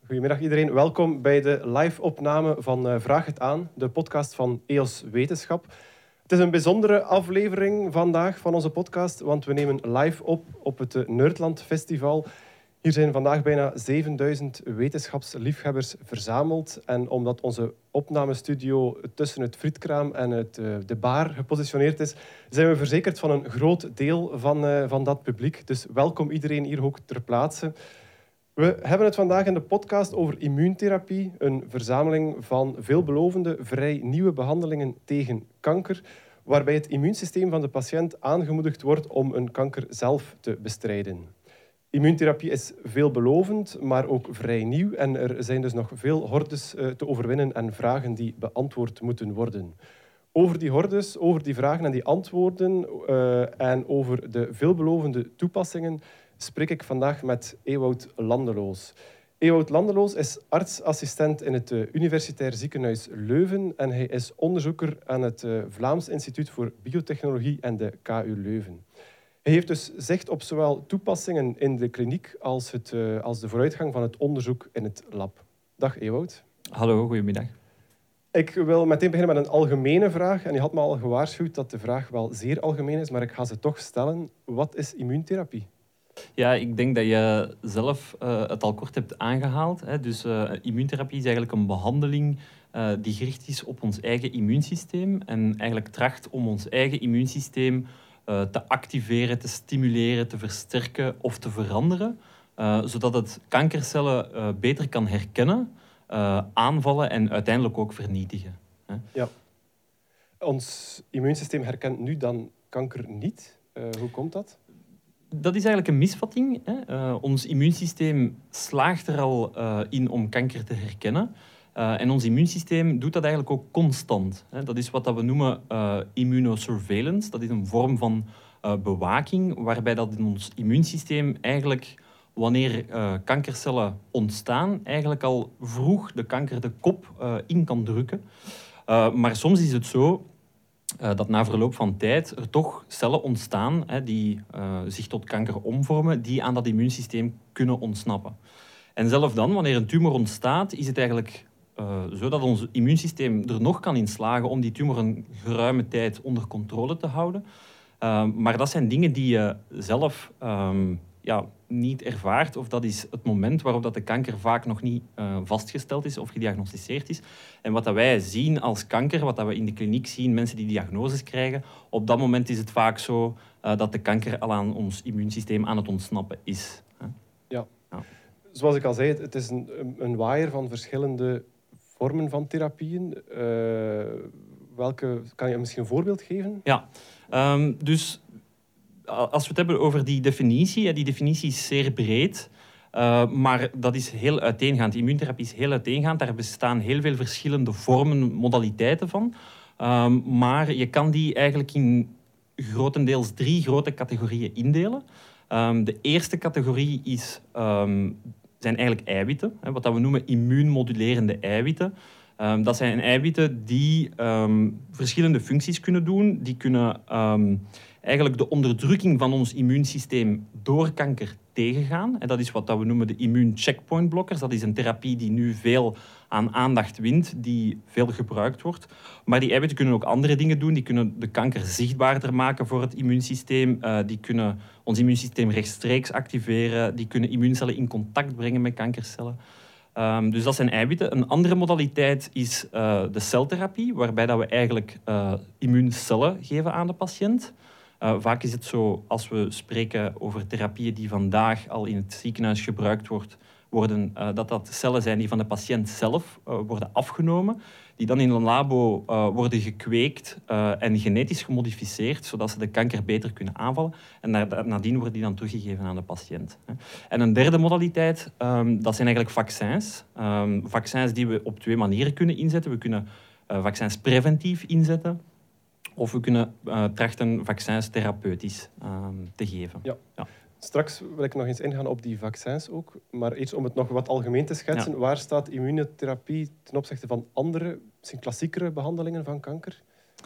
Goedemiddag iedereen, welkom bij de live-opname van Vraag het aan, de podcast van EOS Wetenschap. Het is een bijzondere aflevering vandaag van onze podcast, want we nemen live op het Nerdland Festival. Hier zijn vandaag bijna 7000 wetenschapsliefhebbers verzameld. En omdat onze opnamestudio tussen het frietkraam en de bar gepositioneerd is, zijn we verzekerd van een groot deel van dat publiek. Dus welkom iedereen hier ook ter plaatse. We hebben het vandaag in de podcast over immuuntherapie, een verzameling van veelbelovende, vrij nieuwe behandelingen tegen kanker, waarbij het immuunsysteem van de patiënt aangemoedigd wordt om een kanker zelf te bestrijden. Immuuntherapie is veelbelovend, maar ook vrij nieuw en er zijn dus nog veel hordes te overwinnen en vragen die beantwoord moeten worden. Over die hordes, over die vragen en die antwoorden en over de veelbelovende toepassingen spreek ik vandaag met Ewout Landeloos. Ewout Landeloos is artsassistent in het Universitair Ziekenhuis Leuven en hij is onderzoeker aan het Vlaams Instituut voor Biotechnologie en de KU Leuven. Hij heeft dus zicht op zowel toepassingen in de kliniek als de vooruitgang van het onderzoek in het lab. Dag Ewout. Hallo, goedemiddag. Ik wil meteen beginnen met een algemene vraag. En je had me al gewaarschuwd dat de vraag wel zeer algemeen is, maar ik ga ze toch stellen. Wat is immuuntherapie? Ja, ik denk dat je zelf het al kort hebt aangehaald. Hè. Dus immuuntherapie is eigenlijk een behandeling die gericht is op ons eigen immuunsysteem en eigenlijk tracht om ons eigen immuunsysteem te activeren, te stimuleren, te versterken of te veranderen, zodat het kankercellen beter kan herkennen, aanvallen en uiteindelijk ook vernietigen. Hè. Ja. Ons immuunsysteem herkent nu dan kanker niet. Hoe komt dat? Dat is eigenlijk een misvatting. Hè. Ons immuunsysteem slaagt er al in om kanker te herkennen. En ons immuunsysteem doet dat eigenlijk ook constant. Hè. Dat is wat we noemen immunosurveillance. Dat is een vorm van bewaking waarbij dat in ons immuunsysteem eigenlijk, wanneer kankercellen ontstaan, eigenlijk al vroeg de kanker de kop in kan drukken. Maar soms is het zo dat na verloop van tijd er toch cellen ontstaan die zich tot kanker omvormen, die aan dat immuunsysteem kunnen ontsnappen. En zelfs dan, wanneer een tumor ontstaat, is het eigenlijk zo dat ons immuunsysteem er nog kan in slagen om die tumor een geruime tijd onder controle te houden. Maar dat zijn dingen die je zelf niet ervaart, of dat is het moment waarop dat de kanker vaak nog niet vastgesteld is of gediagnosticeerd is. En wat dat wij zien als kanker, wat dat we in de kliniek zien, mensen die diagnoses krijgen, op dat moment is het vaak zo dat de kanker al aan ons immuunsysteem aan het ontsnappen is. Ja. Zoals ik al zei, het is een waaier van verschillende vormen van therapieën. Kan je misschien een voorbeeld geven? Ja, dus als we het hebben over die definitie is zeer breed, maar dat is heel uiteengaand. Immuuntherapie is heel uiteengaand. Daar bestaan heel veel verschillende vormen, modaliteiten van. Maar je kan die eigenlijk in grotendeels 3 grote categorieën indelen. De eerste categorie zijn eigenlijk eiwitten, wat we noemen immuunmodulerende eiwitten. Dat zijn eiwitten die verschillende functies kunnen doen. Die kunnen eigenlijk de onderdrukking van ons immuunsysteem door kanker tegengaan. En dat is wat we noemen de immuuncheckpointblokkers. Dat is een therapie die nu veel aan aandacht wint, die veel gebruikt wordt. Maar die eiwitten kunnen ook andere dingen doen. Die kunnen de kanker zichtbaarder maken voor het immuunsysteem. Die kunnen ons immuunsysteem rechtstreeks activeren. Die kunnen immuuncellen in contact brengen met kankercellen. Dus dat zijn eiwitten. Een andere modaliteit is de celtherapie, waarbij dat we eigenlijk immuuncellen geven aan de patiënt. Vaak is het zo, als we spreken over therapieën die vandaag al in het ziekenhuis gebruikt worden, dat cellen zijn die van de patiënt zelf worden afgenomen, die dan in een labo worden gekweekt en genetisch gemodificeerd, zodat ze de kanker beter kunnen aanvallen. En nadien worden die dan teruggegeven aan de patiënt. En een derde modaliteit, dat zijn eigenlijk vaccins. Vaccins die we op 2 manieren kunnen inzetten. We kunnen vaccins preventief inzetten, of we kunnen trachten vaccins therapeutisch te geven. Ja. Straks wil ik nog eens ingaan op die vaccins ook. Maar eerst om het nog wat algemeen te schetsen. Ja. Waar staat immunotherapie ten opzichte van andere, misschien klassiekere behandelingen van kanker?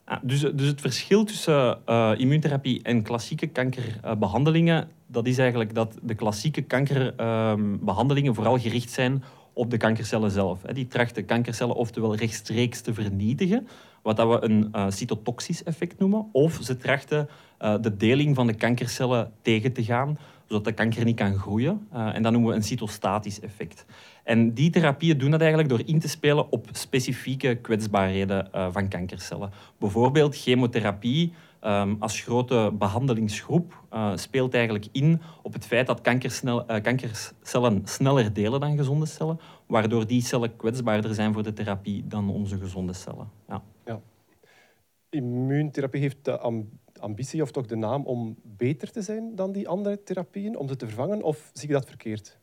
Dus het verschil tussen immuuntherapie en klassieke kankerbehandelingen, dat is eigenlijk dat de klassieke kankerbehandelingen vooral gericht zijn op de kankercellen zelf. Die trachten kankercellen oftewel rechtstreeks te vernietigen, wat we een cytotoxisch effect noemen, of ze trachten de deling van de kankercellen tegen te gaan, zodat de kanker niet kan groeien. En dat noemen we een cytostatisch effect. En die therapieën doen dat eigenlijk door in te spelen op specifieke kwetsbaarheden van kankercellen. Bijvoorbeeld chemotherapie als grote behandelingsgroep speelt eigenlijk in op het feit dat kankercellen sneller delen dan gezonde cellen, waardoor die cellen kwetsbaarder zijn voor de therapie dan onze gezonde cellen. Ja. Ja. Immuuntherapie heeft de ambitie of toch de naam om beter te zijn dan die andere therapieën, om ze te vervangen, of zie je dat verkeerd?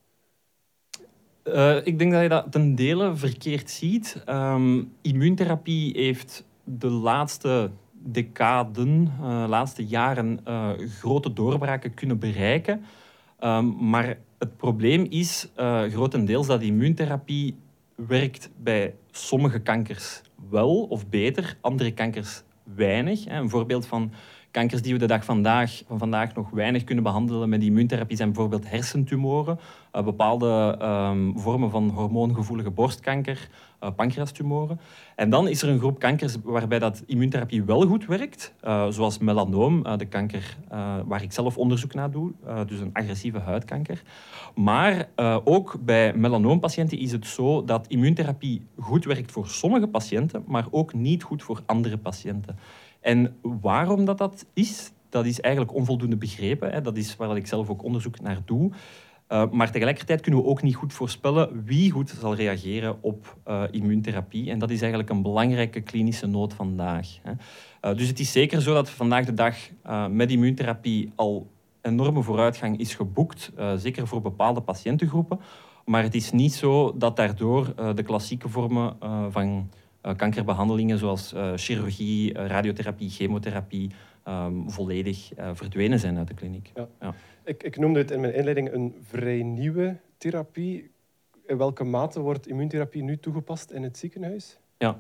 Ik denk dat je dat ten dele verkeerd ziet. Immuuntherapie heeft de laatste decaden, laatste jaren grote doorbraken kunnen bereiken. Maar het probleem is grotendeels dat immuuntherapie werkt bij sommige kankers wel of beter, andere kankers weinig. Een voorbeeld van kankers die we de dag van vandaag nog weinig kunnen behandelen met immuuntherapie zijn bijvoorbeeld hersentumoren, bepaalde vormen van hormoongevoelige borstkanker, pancreastumoren. En dan is er een groep kankers waarbij dat immuuntherapie wel goed werkt, zoals melanoom, de kanker waar ik zelf onderzoek naar doe, dus een agressieve huidkanker. Maar ook bij melanoompatiënten is het zo dat immuuntherapie goed werkt voor sommige patiënten, maar ook niet goed voor andere patiënten. En waarom dat is, dat is eigenlijk onvoldoende begrepen. Dat is waar ik zelf ook onderzoek naar doe. Maar tegelijkertijd kunnen we ook niet goed voorspellen wie goed zal reageren op immuuntherapie. En dat is eigenlijk een belangrijke klinische nood vandaag. Dus het is zeker zo dat vandaag de dag met immuuntherapie al enorme vooruitgang is geboekt, zeker voor bepaalde patiëntengroepen. Maar het is niet zo dat daardoor de klassieke vormen van kankerbehandelingen zoals chirurgie, radiotherapie, chemotherapie volledig verdwenen zijn uit de kliniek. Ja. Ja. Ik noemde het in mijn inleiding een vrij nieuwe therapie. In welke mate wordt immuuntherapie nu toegepast in het ziekenhuis? Ja.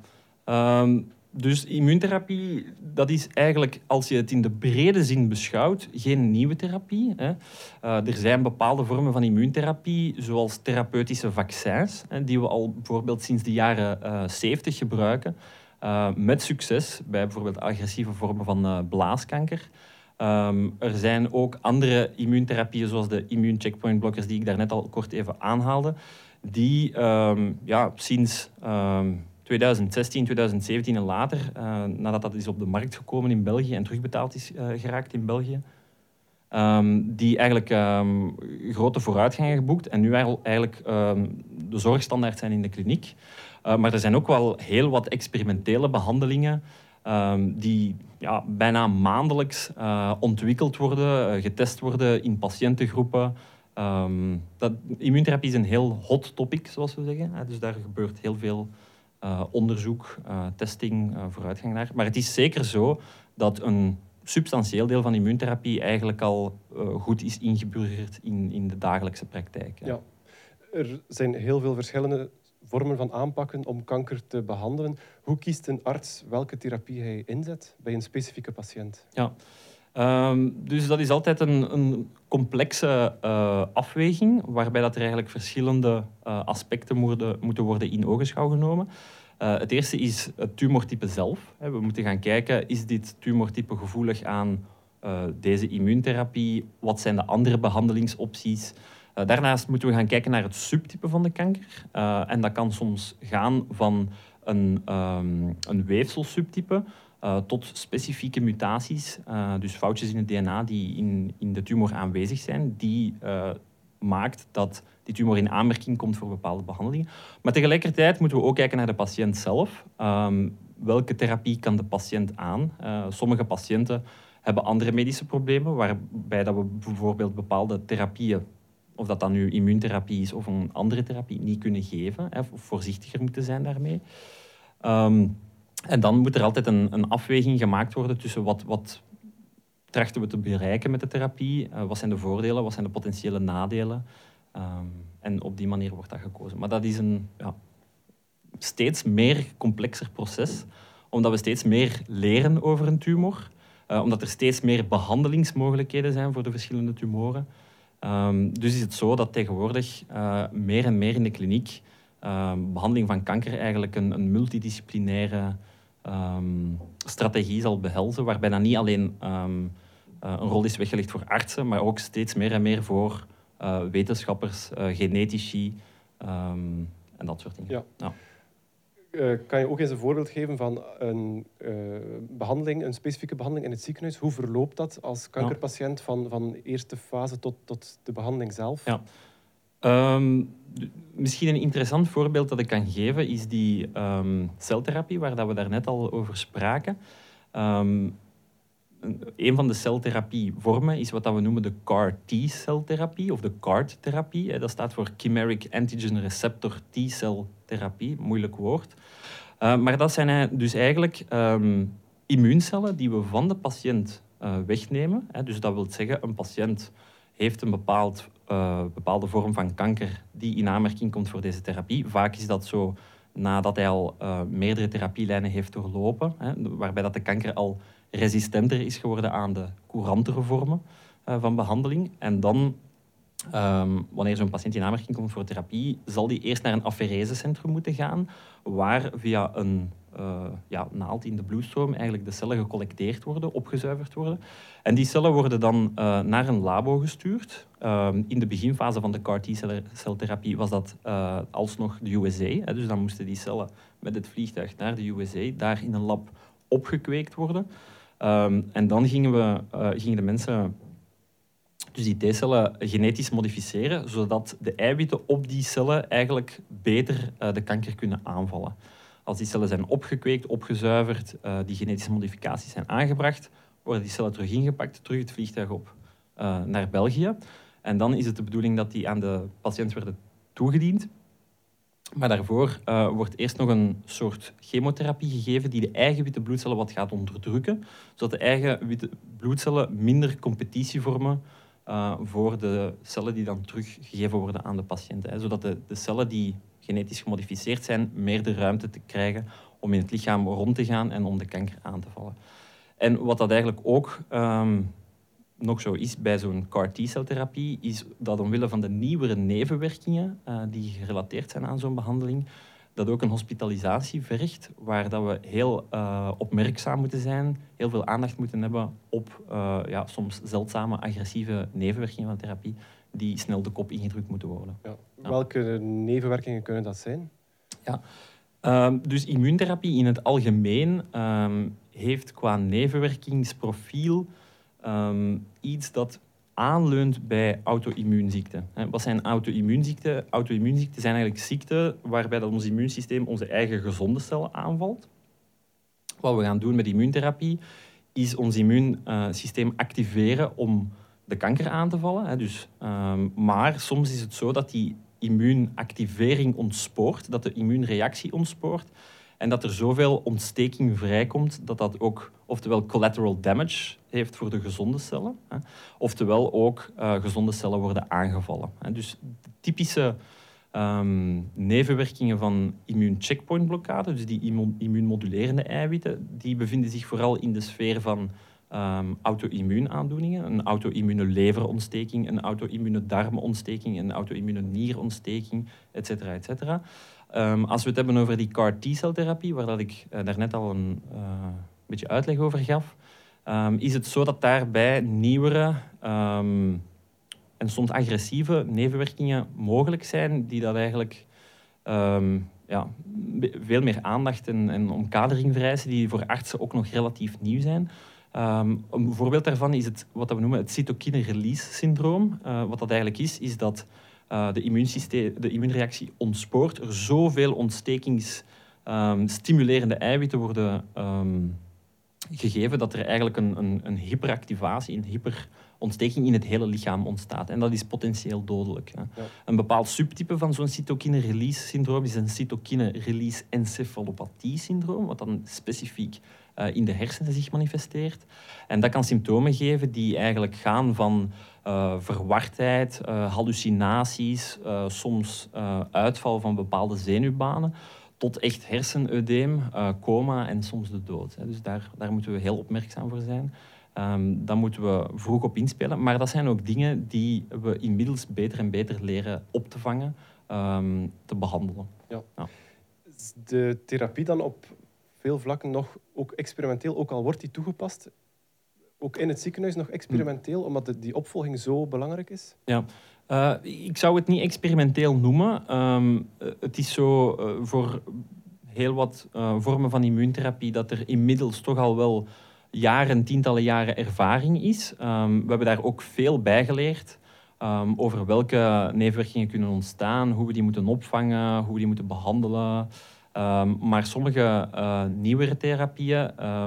Dus immuuntherapie, dat is eigenlijk, als je het in de brede zin beschouwt, geen nieuwe therapie. Er zijn bepaalde vormen van immuuntherapie, zoals therapeutische vaccins, die we al bijvoorbeeld sinds de jaren 70 gebruiken, met succes bij bijvoorbeeld agressieve vormen van blaaskanker. Er zijn ook andere immuuntherapieën, zoals de immuuncheckpointblokkers, die ik daarnet al kort even aanhaalde, die sinds 2016, 2017 en later, nadat dat is op de markt gekomen in België en terugbetaald is geraakt in België, die eigenlijk grote vooruitgangen geboekt en nu eigenlijk de zorgstandaard zijn in de kliniek. Maar er zijn ook wel heel wat experimentele behandelingen die bijna maandelijks ontwikkeld worden, getest worden in patiëntengroepen. Immuuntherapie is een heel hot topic, zoals we zeggen. Dus daar gebeurt heel veel onderzoek, testing, vooruitgang naar. Maar het is zeker zo dat een substantieel deel van immuuntherapie eigenlijk al goed is ingeburgerd in de dagelijkse praktijk. Ja. Er zijn heel veel verschillende vormen van aanpakken om kanker te behandelen. Hoe kiest een arts welke therapie hij inzet bij een specifieke patiënt? Ja. Dus dat is altijd een complexe afweging, waarbij dat er eigenlijk verschillende aspecten moeten worden in ogenschouw genomen. Het eerste is het tumortype zelf. We moeten gaan kijken, is dit tumortype gevoelig aan deze immuuntherapie? Wat zijn de andere behandelingsopties? Daarnaast moeten we gaan kijken naar het subtype van de kanker. En dat kan soms gaan van een weefselsubtype tot specifieke mutaties, dus foutjes in het DNA die in de tumor aanwezig zijn, die maakt dat die tumor in aanmerking komt voor bepaalde behandelingen. Maar tegelijkertijd moeten we ook kijken naar de patiënt zelf. Welke therapie kan de patiënt aan? Sommige patiënten hebben andere medische problemen, waarbij dat we bijvoorbeeld bepaalde therapieën, of dat dan nu immuuntherapie is of een andere therapie, niet kunnen geven, of voorzichtiger moeten zijn daarmee. En dan moet er altijd een afweging gemaakt worden tussen wat trachten we te bereiken met de therapie, wat zijn de voordelen, wat zijn de potentiële nadelen. En op die manier wordt dat gekozen. Maar dat is een steeds meer complexer proces, omdat we steeds meer leren over een tumor. Omdat er steeds meer behandelingsmogelijkheden zijn voor de verschillende tumoren. Dus is het zo dat tegenwoordig meer en meer in de kliniek behandeling van kanker eigenlijk een multidisciplinaire strategie zal behelzen, waarbij dan niet alleen een rol is weggelegd voor artsen, maar ook steeds meer en meer voor wetenschappers, genetici en dat soort dingen. Ja. Ja. Kan je ook eens een voorbeeld geven van een behandeling, een specifieke behandeling in het ziekenhuis? Hoe verloopt dat als kankerpatiënt van eerste fase tot de behandeling zelf? Ja. Misschien een interessant voorbeeld dat ik kan geven is die celtherapie, waar dat we daarnet al over spraken. Een van de celtherapievormen is wat we noemen de CAR-T-celtherapie of de CART-therapie. Dat staat voor Chimeric Antigen Receptor T-cell therapie, moeilijk woord. Maar dat zijn dus eigenlijk immuuncellen die we van de patiënt wegnemen. Dus dat wil zeggen, een patiënt heeft een bepaalde vorm van kanker die in aanmerking komt voor deze therapie. Vaak is dat zo nadat hij al meerdere therapielijnen heeft doorlopen, waarbij dat de kanker al resistenter is geworden aan de courantere vormen van behandeling. En dan, wanneer zo'n patiënt in aanmerking komt voor therapie, zal die eerst naar een aferesecentrum moeten gaan, waar via een naald in de bloedstroom eigenlijk de cellen gecollecteerd worden, opgezuiverd worden. En die cellen worden dan naar een labo gestuurd. In de beginfase van de CAR-T-celtherapie was dat alsnog de USA. Dus dan moesten die cellen met het vliegtuig naar de USA, daar in een lab opgekweekt worden. En dan gingen de mensen dus die T-cellen genetisch modificeren, zodat de eiwitten op die cellen eigenlijk beter de kanker kunnen aanvallen. Als die cellen zijn opgekweekt, opgezuiverd, die genetische modificaties zijn aangebracht, worden die cellen terug ingepakt, terug het vliegtuig op naar België. En dan is het de bedoeling dat die aan de patiënt worden toegediend. Maar daarvoor wordt eerst nog een soort chemotherapie gegeven die de eigen witte bloedcellen wat gaat onderdrukken, zodat de eigen witte bloedcellen minder competitie vormen voor de cellen die dan teruggegeven worden aan de patiënt. Zodat de cellen die genetisch gemodificeerd zijn, meer de ruimte te krijgen om in het lichaam rond te gaan en om de kanker aan te vallen. En wat dat eigenlijk ook nog zo is bij zo'n CAR-T-celtherapie, is dat omwille van de nieuwere nevenwerkingen die gerelateerd zijn aan zo'n behandeling, dat ook een hospitalisatie vergt, waar dat we heel opmerkzaam moeten zijn, heel veel aandacht moeten hebben op soms zeldzame, agressieve nevenwerkingen van therapie, die snel de kop ingedrukt moeten worden. Ja. Welke nevenwerkingen kunnen dat zijn? Ja. Dus immuuntherapie in het algemeen heeft qua nevenwerkingsprofiel iets dat aanleunt bij auto-immuunziekten. Wat zijn auto-immuunziekten? Auto-immuunziekten zijn eigenlijk ziekten waarbij dat ons immuunsysteem onze eigen gezonde cellen aanvalt. Wat we gaan doen met immuuntherapie is ons immuunsysteem activeren om de kanker aan te vallen. Maar soms is het zo dat die immuunactivering ontspoort, dat de immuunreactie ontspoort en dat er zoveel ontsteking vrijkomt dat dat ook oftewel collateral damage heeft voor de gezonde cellen, oftewel ook gezonde cellen worden aangevallen. Dus de typische nevenwerkingen van immuuncheckpointblokkade, dus die immuunmodulerende eiwitten, die bevinden zich vooral in de sfeer van auto-immuunaandoeningen, een auto-immune leverontsteking, een auto-immune darmontsteking, een auto-immune nierontsteking, etc. Als we het hebben over die CAR-T-celtherapie, waar dat ik daarnet al een beetje uitleg over gaf, is het zo dat daarbij nieuwere en soms agressieve nevenwerkingen mogelijk zijn, die dat eigenlijk veel meer aandacht en omkadering vereisen, die voor artsen ook nog relatief nieuw zijn. Een voorbeeld daarvan is wat we noemen het cytokine-release-syndroom. Wat dat eigenlijk is dat de immuunreactie ontspoort. Er zoveel ontstekingsstimulerende eiwitten worden gegeven dat er eigenlijk een hyperactivatie, een hyperontsteking in het hele lichaam ontstaat. En dat is potentieel dodelijk. Ja. Een bepaald subtype van zo'n cytokine-release-syndroom is een cytokine-release-encefalopathie-syndroom, wat dan specifiek in de hersenen zich manifesteert. En dat kan symptomen geven die eigenlijk gaan van verwardheid, hallucinaties, soms uitval van bepaalde zenuwbanen, tot echt hersenudeem, coma en soms de dood. Hè. Dus daar moeten we heel opmerkzaam voor zijn. Daar moeten we vroeg op inspelen. Maar dat zijn ook dingen die we inmiddels beter en beter leren op te vangen, te behandelen. Ja. Ja. Is de therapie dan op veel vlakken nog ook experimenteel, ook al wordt die toegepast, ook in het ziekenhuis nog experimenteel, omdat die opvolging zo belangrijk is? Ja. Ik zou het niet experimenteel noemen. Het is zo voor heel wat vormen van immuuntherapie dat er inmiddels toch al wel tientallen jaren ervaring is. We hebben daar ook veel bij geleerd over welke nevenwerkingen kunnen ontstaan, hoe we die moeten opvangen, hoe we die moeten behandelen. Maar sommige nieuwere therapieën,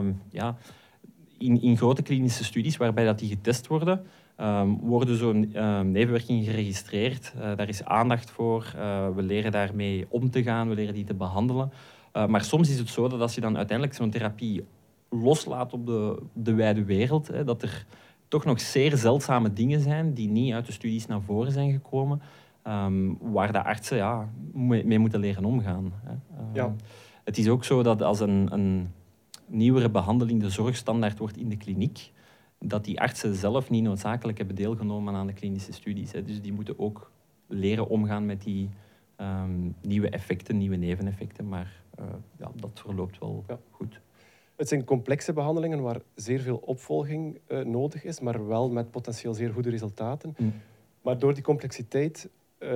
in grote klinische studies waarbij dat die getest worden zo'n nevenwerkingen geregistreerd. Daar is aandacht voor. We leren daarmee om te gaan, we leren die te behandelen. Maar soms is het zo dat als je dan uiteindelijk zo'n therapie loslaat op de wijde wereld, dat er toch nog zeer zeldzame dingen zijn die niet uit de studies naar voren zijn gekomen, waar de artsen mee moeten leren omgaan. Het is ook zo dat als een nieuwere behandeling de zorgstandaard wordt in de kliniek, dat die artsen zelf niet noodzakelijk hebben deelgenomen aan de klinische studies. Dus die moeten ook leren omgaan met die nieuwe effecten, nieuwe neveneffecten. Maar dat verloopt wel goed. Het zijn complexe behandelingen waar zeer veel opvolging nodig is, maar wel met potentieel zeer goede resultaten. Maar door die complexiteit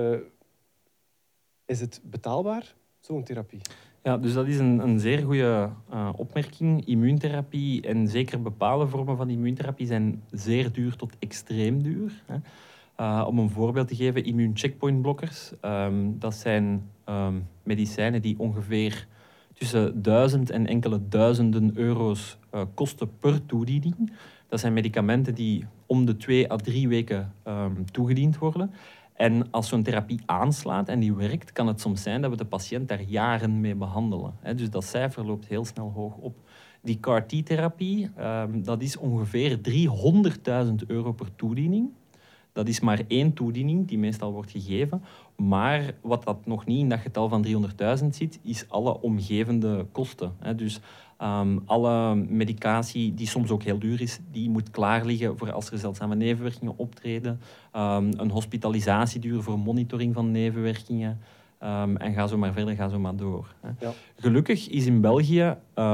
is het betaalbaar, zo'n therapie? Ja, dus dat is een zeer goede opmerking. Immuuntherapie en zeker bepaalde vormen van immuuntherapie zijn zeer duur tot extreem duur. Om een voorbeeld te geven, immuuncheckpointblokkers. Dat zijn medicijnen die ongeveer tussen 1000 en enkele duizenden euro's kosten per toediening. Dat zijn medicamenten die om de 2 à 3 weken toegediend worden. En als zo'n therapie aanslaat en die werkt, kan het soms zijn dat we de patiënt daar jaren mee behandelen. Dus dat cijfer loopt heel snel hoog op. Die CAR-T-therapie, dat is ongeveer 300.000 euro per toediening. Dat is maar 1 toediening die meestal wordt gegeven. Maar wat dat nog niet in dat getal van 300.000 zit, is alle omgevende kosten. Dus alle medicatie, die soms ook heel duur is, die moet klaar liggen voor als er zeldzame nevenwerkingen optreden. Een hospitalisatieduur voor monitoring van nevenwerkingen. En ga zo maar verder, ga zo maar door. Ja. Gelukkig is in België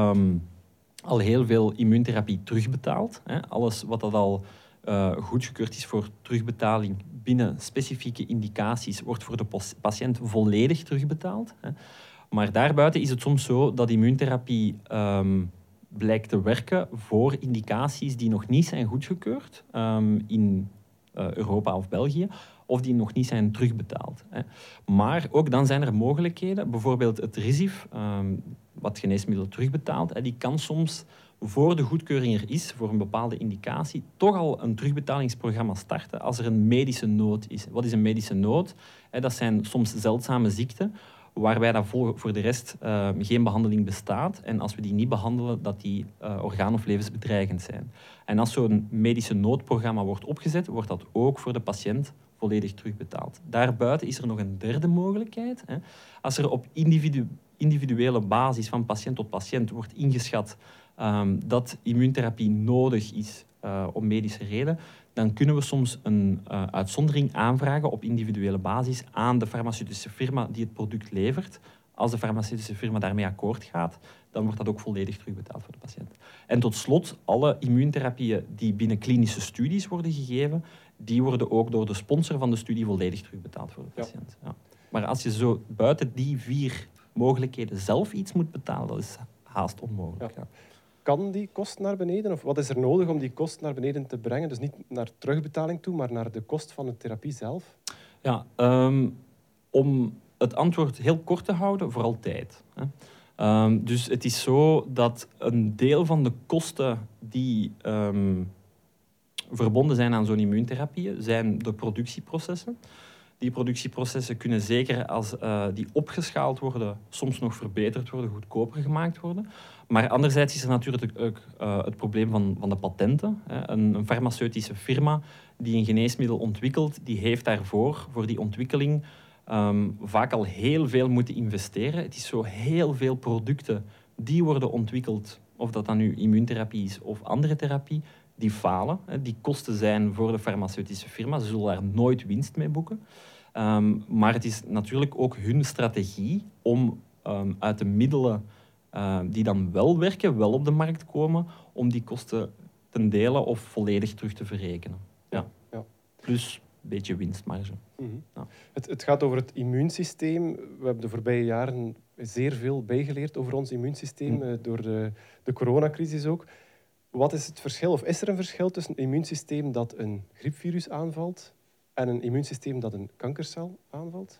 al heel veel immuuntherapie terugbetaald. Alles wat dat al goedgekeurd is voor terugbetaling binnen specifieke indicaties, wordt voor de patiënt volledig terugbetaald. Maar daarbuiten is het soms zo dat immuuntherapie blijkt te werken voor indicaties die nog niet zijn goedgekeurd in Europa of België, of die nog niet zijn terugbetaald. Maar ook dan zijn er mogelijkheden. Bijvoorbeeld het RISIF, wat geneesmiddelen terugbetaalt, die kan soms, voor de goedkeuring er is, voor een bepaalde indicatie, toch al een terugbetalingsprogramma starten als er een medische nood is. Wat is een medische nood? Dat zijn soms zeldzame ziekten, waarbij dat voor de rest geen behandeling bestaat. En als we die niet behandelen, dat die orgaan- of levensbedreigend zijn. En als zo'n medische noodprogramma wordt opgezet, wordt dat ook voor de patiënt volledig terugbetaald. Daarbuiten is er nog een derde mogelijkheid. Als er op individuele basis van patiënt tot patiënt wordt ingeschat dat immuuntherapie nodig is om medische reden, dan kunnen we soms een uitzondering aanvragen op individuele basis aan de farmaceutische firma die het product levert. Als de farmaceutische firma daarmee akkoord gaat, dan wordt dat ook volledig terugbetaald voor de patiënt. En tot slot, alle immuuntherapieën die binnen klinische studies worden gegeven, die worden ook door de sponsor van de studie volledig terugbetaald voor de patiënt. Ja. Maar als je zo buiten die 4 mogelijkheden zelf iets moet betalen, dat is haast onmogelijk. Ja. Kan die kost naar beneden? Of wat is er nodig om die kost naar beneden te brengen? Dus niet naar terugbetaling toe, maar naar de kost van de therapie zelf? Ja, om het antwoord heel kort te houden, vooral tijd. Dus het is zo dat een deel van de kosten die verbonden zijn aan zo'n immuuntherapie, zijn de productieprocessen. Die productieprocessen kunnen zeker als die opgeschaald worden, soms nog verbeterd worden, goedkoper gemaakt worden. Maar anderzijds is er natuurlijk het probleem van de patenten. Een farmaceutische firma die een geneesmiddel ontwikkelt, die heeft daarvoor, voor die ontwikkeling, vaak al heel veel moeten investeren. Het is zo heel veel producten die worden ontwikkeld, of dat dan nu immuuntherapie is of andere therapie, die falen. Die kosten zijn voor de farmaceutische firma. Ze zullen daar nooit winst mee boeken. Maar het is natuurlijk ook hun strategie om uit de middelen die dan wel werken, wel op de markt komen, om die kosten ten dele of volledig terug te verrekenen. Ja. Plus een beetje winstmarge. Mm-hmm. Ja. Het gaat over het immuunsysteem. We hebben de voorbije jaren zeer veel bijgeleerd over ons immuunsysteem, door de coronacrisis ook. Wat is het verschil, of is er een verschil tussen een immuunsysteem dat een griepvirus aanvalt en een immuunsysteem dat een kankercel aanvalt?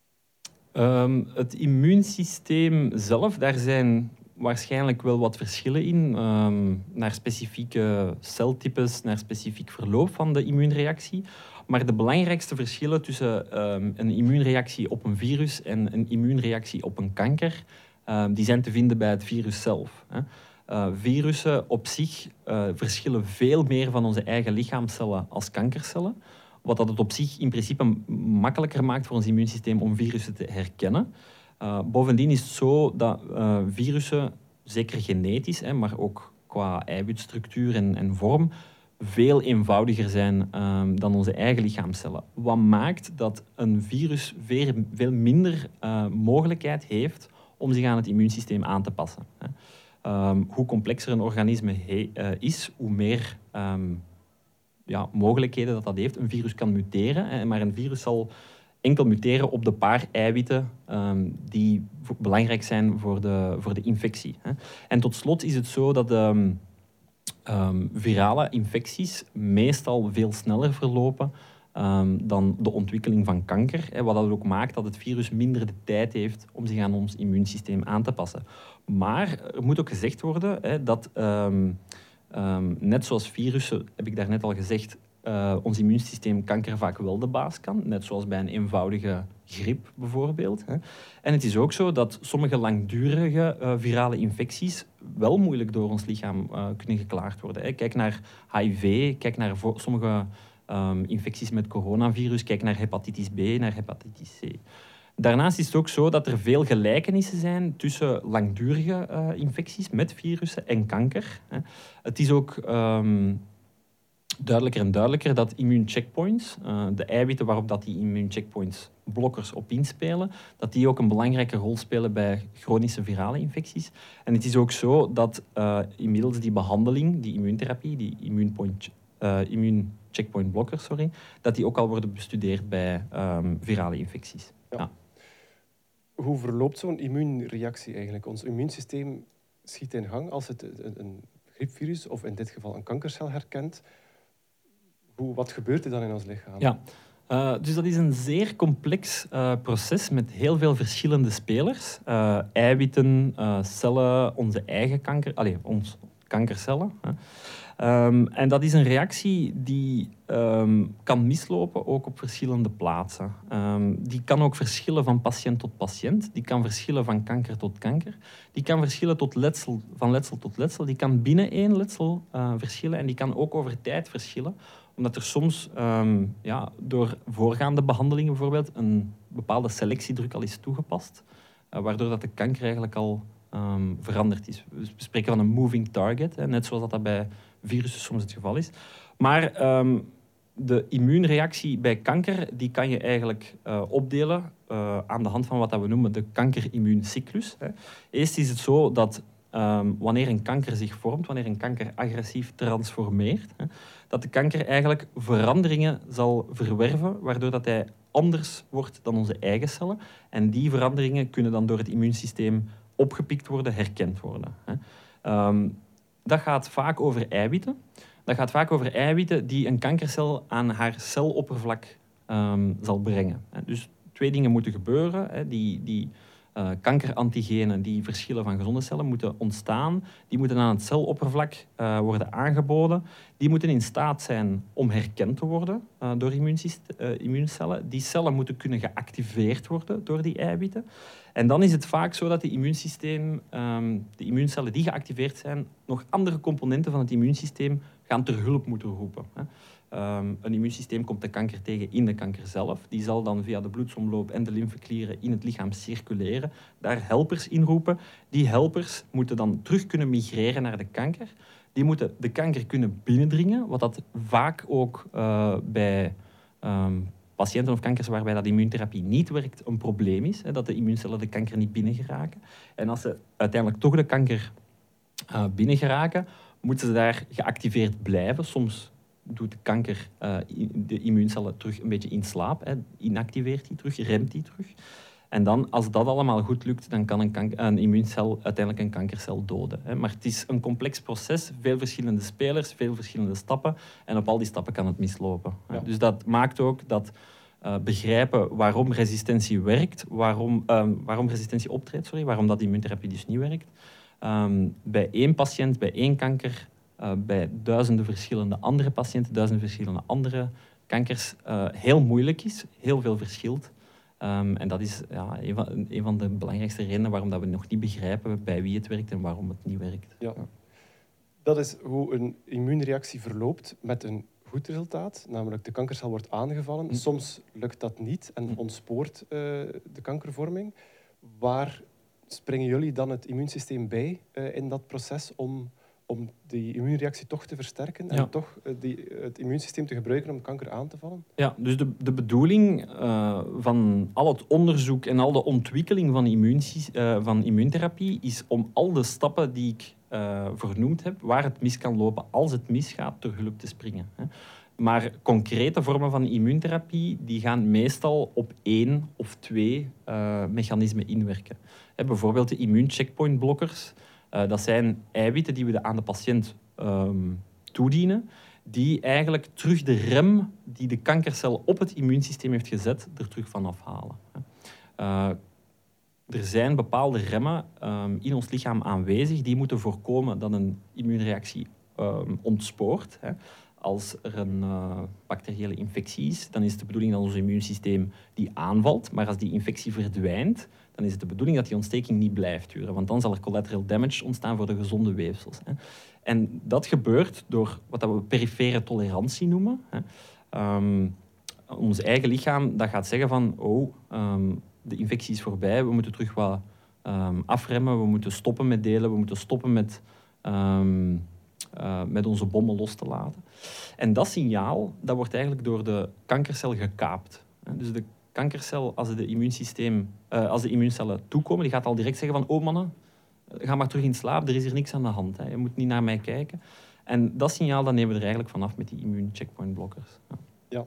Het immuunsysteem zelf, daar zijn waarschijnlijk wel wat verschillen in. Naar specifieke celtypes, naar specifiek verloop van de immuunreactie. Maar de belangrijkste verschillen tussen een immuunreactie op een virus en een immuunreactie op een kanker, die zijn te vinden bij het virus zelf. Virussen op zich verschillen veel meer van onze eigen lichaamcellen als kankercellen. Wat dat het op zich in principe makkelijker maakt voor ons immuunsysteem om virussen te herkennen. Bovendien is het zo dat virussen, zeker genetisch, maar ook qua eiwitstructuur en vorm, veel eenvoudiger zijn dan onze eigen lichaamcellen. Wat maakt dat een virus veel minder mogelijkheid heeft om zich aan het immuunsysteem aan te passen. Hoe complexer een organisme is, hoe meer mogelijkheden dat heeft. Een virus kan muteren, maar een virus zal enkel muteren op de paar eiwitten die belangrijk zijn voor de infectie. En tot slot is het zo dat virale infecties meestal veel sneller verlopen dan de ontwikkeling van kanker. Wat dat ook maakt dat het virus minder de tijd heeft om zich aan ons immuunsysteem aan te passen. Maar er moet ook gezegd worden dat, net zoals virussen, heb ik daarnet al gezegd, ons immuunsysteem kanker vaak wel de baas kan. Net zoals bij een eenvoudige griep bijvoorbeeld. En het is ook zo dat sommige langdurige virale infecties wel moeilijk door ons lichaam kunnen geklaard worden. Kijk naar HIV, kijk naar sommige infecties met coronavirus, kijk naar hepatitis B, naar hepatitis C. Daarnaast is het ook zo dat er veel gelijkenissen zijn tussen langdurige infecties met virussen en kanker. Het is ook duidelijker en duidelijker dat immuuncheckpoints, de eiwitten waarop dat die immuuncheckpoints blokkers op inspelen, dat die ook een belangrijke rol spelen bij chronische virale infecties. En het is ook zo dat inmiddels die behandeling, die immuuntherapie, die immuuncheckpoint blokkers, dat die ook al worden bestudeerd bij virale infecties. Ja. Hoe verloopt zo'n immuunreactie eigenlijk? Ons immuunsysteem schiet in gang als het een griepvirus, of in dit geval een kankercel, herkent. Wat gebeurt er dan in ons lichaam? Ja. Dus dat is een zeer complex proces met heel veel verschillende spelers. Eiwitten, cellen, onze eigen ons kankercellen. En dat is een reactie die kan mislopen, ook op verschillende plaatsen. Die kan ook verschillen van patiënt tot patiënt. Die kan verschillen van kanker tot kanker. Die kan verschillen van letsel tot letsel. Die kan binnen één letsel verschillen en die kan ook over tijd verschillen. Omdat er soms door voorgaande behandelingen bijvoorbeeld een bepaalde selectiedruk al is toegepast, waardoor dat de kanker eigenlijk al veranderd is. We spreken van een moving target, net zoals dat bij virussen soms het geval is. Maar de immuunreactie bij kanker die kan je eigenlijk opdelen aan de hand van wat we noemen de kankerimmuuncyclus. Eerst is het zo dat wanneer een kanker zich vormt, wanneer een kanker agressief transformeert, dat de kanker eigenlijk veranderingen zal verwerven, waardoor dat hij anders wordt dan onze eigen cellen. En die veranderingen kunnen dan door het immuunsysteem opgepikt worden, herkend worden. Dat gaat vaak over eiwitten. Dat gaat vaak over eiwitten die een kankercel aan haar celoppervlak zal brengen. Dus twee dingen moeten gebeuren. Die kankerantigenen die verschillen van gezonde cellen moeten ontstaan. Die moeten aan het celoppervlak worden aangeboden. Die moeten in staat zijn om herkend te worden door immuuncellen. Die cellen moeten kunnen geactiveerd worden door die eiwitten. En dan is het vaak zo dat het immuunsysteem, de immuuncellen die geactiveerd zijn, nog andere componenten van het immuunsysteem gaan ter hulp moeten roepen. Een immuunsysteem komt de kanker tegen in de kanker zelf. Die zal dan via de bloedsomloop en de lymfeklieren in het lichaam circuleren. Daar helpers in roepen. Die helpers moeten dan terug kunnen migreren naar de kanker. Die moeten de kanker kunnen binnendringen, wat dat vaak ook bij patiënten of kankers waarbij dat immuuntherapie niet werkt, een probleem is. Hè, dat de immuuncellen de kanker niet binnengeraken. En als ze uiteindelijk toch de kanker binnengeraken, moeten ze daar geactiveerd blijven. Soms doet de kanker de immuuncellen terug een beetje in slaap. Hè, inactiveert die terug, remt die terug. En dan, als dat allemaal goed lukt, dan kan een immuuncel uiteindelijk een kankercel doden. Hè. Maar het is een complex proces, veel verschillende spelers, veel verschillende stappen. En op al die stappen kan het mislopen. Ja. Dus dat maakt ook dat begrijpen waarom resistentie werkt, waarom resistentie optreedt, waarom dat immuuntherapie dus niet werkt. Bij één patiënt, bij één kanker, bij duizenden verschillende andere patiënten, duizenden verschillende andere kankers, heel moeilijk is, heel veel verschilt. En dat is een van de belangrijkste redenen waarom dat we nog niet begrijpen bij wie het werkt en waarom het niet werkt. Ja. Dat is hoe een immuunreactie verloopt met een goed resultaat, namelijk de kankercel wordt aangevallen. Soms lukt dat niet en ontspoort de kankervorming. Waar springen jullie dan het immuunsysteem bij in dat proces om die immuunreactie toch te versterken en toch het immuunsysteem te gebruiken om kanker aan te vallen? Ja, dus de bedoeling van al het onderzoek en al de ontwikkeling van immuuntherapie is om al de stappen die ik vernoemd heb, waar het mis kan lopen als het misgaat, ter hulp te springen. Hè. Maar concrete vormen van immuuntherapie die gaan meestal op 1 of 2 mechanismen inwerken. Bijvoorbeeld de immuuncheckpointblokkers. Dat zijn eiwitten die we aan de patiënt toedienen, die eigenlijk terug de rem die de kankercel op het immuunsysteem heeft gezet, er terug van afhalen. Er zijn bepaalde remmen in ons lichaam aanwezig die moeten voorkomen dat een immuunreactie ontspoort. Als er een bacteriële infectie is, dan is het de bedoeling dat ons immuunsysteem die aanvalt. Maar als die infectie verdwijnt, dan is het de bedoeling dat die ontsteking niet blijft duren. Want dan zal er collateral damage ontstaan voor de gezonde weefsels. En dat gebeurt door wat we perifere tolerantie noemen. Ons eigen lichaam dat gaat zeggen van de infectie is voorbij, we moeten terug wat afremmen, we moeten stoppen met delen, we moeten stoppen met onze bommen los te laten. En dat signaal dat wordt eigenlijk door de kankercel gekaapt. Dus de kankercel, als de immuuncellen toekomen, die gaat al direct zeggen van oh mannen, ga maar terug in slaap, er is hier niks aan de hand. Je moet niet naar mij kijken. En dat signaal dat nemen we er eigenlijk vanaf met die immuuncheckpointblokkers. Ja.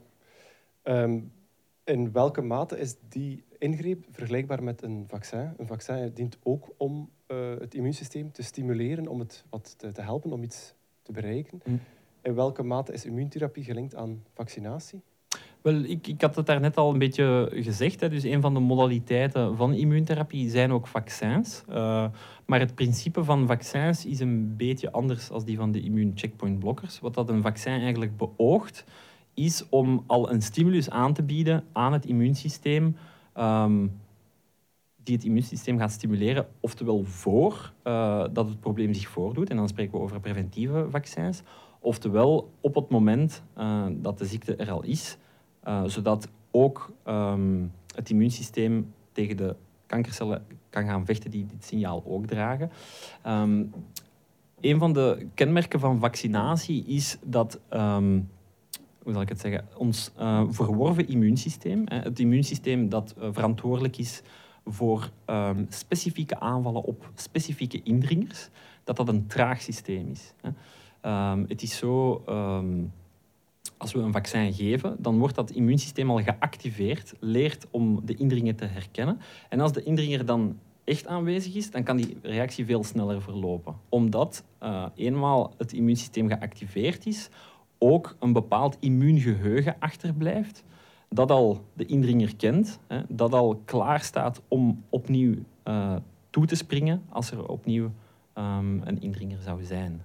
In welke mate is die ingreep vergelijkbaar met een vaccin? Een vaccin dient ook om het immuunsysteem te stimuleren, om het wat te helpen, om iets te bereiken. In welke mate is immuuntherapie gelinkt aan vaccinatie? Wel, ik had het daarnet al een beetje gezegd. Dus een van de modaliteiten van immuuntherapie zijn ook vaccins. Maar het principe van vaccins is een beetje anders dan die van de immuuncheckpointblokkers. Wat dat een vaccin eigenlijk beoogt, is om al een stimulus aan te bieden aan het immuunsysteem die het immuunsysteem gaat stimuleren, oftewel voor dat het probleem zich voordoet, en dan spreken we over preventieve vaccins, oftewel op het moment dat de ziekte er al is, zodat ook het immuunsysteem tegen de kankercellen kan gaan vechten die dit signaal ook dragen. Een van de kenmerken van vaccinatie is dat hoe zal ik het zeggen, ons verworven immuunsysteem, het immuunsysteem dat verantwoordelijk is voor specifieke aanvallen op specifieke indringers, dat een traag systeem is. Het is zo, als we een vaccin geven, dan wordt dat immuunsysteem al geactiveerd, leert om de indringer te herkennen. En als de indringer dan echt aanwezig is, dan kan die reactie veel sneller verlopen. Omdat eenmaal het immuunsysteem geactiveerd is, ook een bepaald immuungeheugen achterblijft, dat al de indringer kent, dat al klaar staat om opnieuw toe te springen als er opnieuw een indringer zou zijn.